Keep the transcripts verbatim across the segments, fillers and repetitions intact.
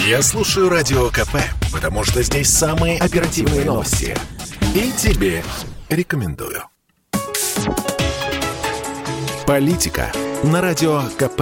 Я слушаю Радио КП, потому что здесь самые оперативные новости. И тебе рекомендую. Политика на Радио КП.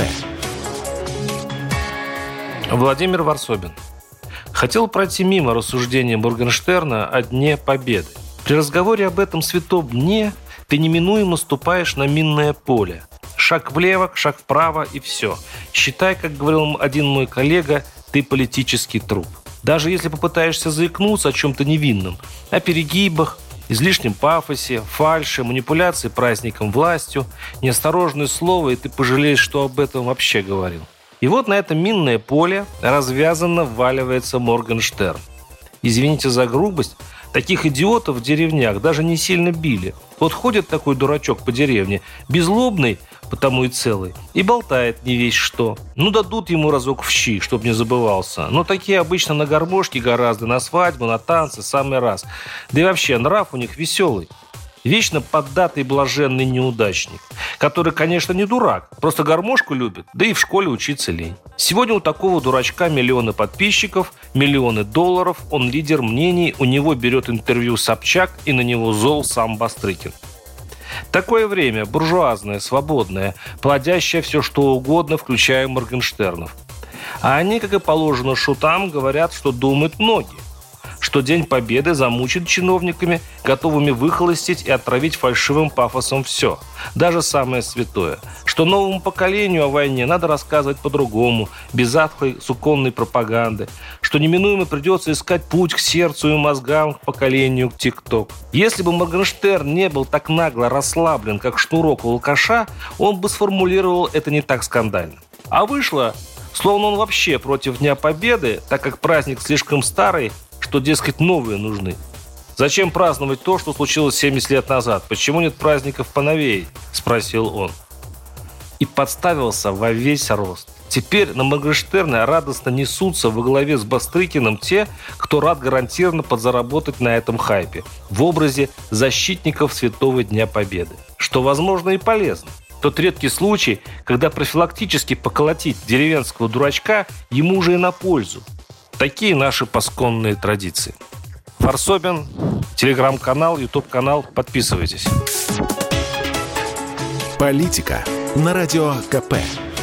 Владимир Варсобин. Хотел пройти мимо рассуждения Моргенштерна о Дне Победы. При разговоре об этом святом дне ты неминуемо ступаешь на минное поле. Шаг влево, шаг вправо и все. Считай, как говорил один мой коллега, ты политический труп. Даже если попытаешься заикнуться о чем-то невинном, о перегибах, излишнем пафосе, фальше, манипуляции праздником властью, неосторожное слово, и ты пожалеешь, что об этом вообще говорил. И вот на это минное поле развязанно вваливается Моргенштерн. Извините за грубость, таких идиотов в деревнях даже не сильно били. Вот ходит такой дурачок по деревне, беззлобный, потому и целый, и болтает не весь что. Ну, дадут ему разок в щи, чтоб не забывался. Но такие обычно на гармошке гораздо, на свадьбу, на танцы, самый раз. Да и вообще, нрав у них веселый. Вечно поддатый блаженный неудачник, который, конечно, не дурак, просто гармошку любит, да и в школе учиться лень. Сегодня у такого дурачка миллионы подписчиков, миллионы долларов, он лидер мнений, у него берет интервью Собчак, и на него зол сам Бастрыкин. Такое время буржуазное, свободное, плодящее все что угодно, включая Моргенштернов. А они, как и положено шутам, говорят, что думают многие. Что День Победы замучен чиновниками, готовыми выхолостить и отравить фальшивым пафосом все, даже самое святое. Что новому поколению о войне надо рассказывать по-другому, без затхлой суконной пропаганды. Что неминуемо придется искать путь к сердцу и мозгам, к поколению, к ТикТок. Если бы Моргенштерн не был так нагло расслаблен, как шнурок у алкаша, он бы сформулировал это не так скандально. А вышло, словно он вообще против Дня Победы, так как праздник слишком старый, что, дескать, новые нужны. «Зачем праздновать то, что случилось семьдесят лет назад? Почему нет праздников поновее?» – спросил он. И подставился во весь рост. Теперь на Моргенштерна радостно несутся во главе с Бастрыкиным те, кто рад гарантированно подзаработать на этом хайпе в образе защитников Святого Дня Победы. Что, возможно, и полезно. Тот редкий случай, когда профилактически поколотить деревенского дурачка ему уже и на пользу. Такие наши пасконные традиции. Варсобин, телеграм-канал, ютуб-канал. Подписывайтесь. Политика на Радио КП.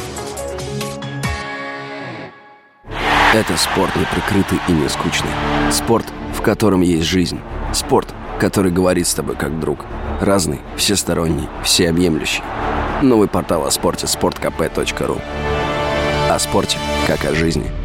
Это спорт неприкрытый и не скучный. Спорт, в котором есть жизнь. Спорт, который говорит с тобой как друг. Разный, всесторонний, всеобъемлющий. Новый портал о спорте – спорт кэ пэ точка ру. О спорте, как о жизни.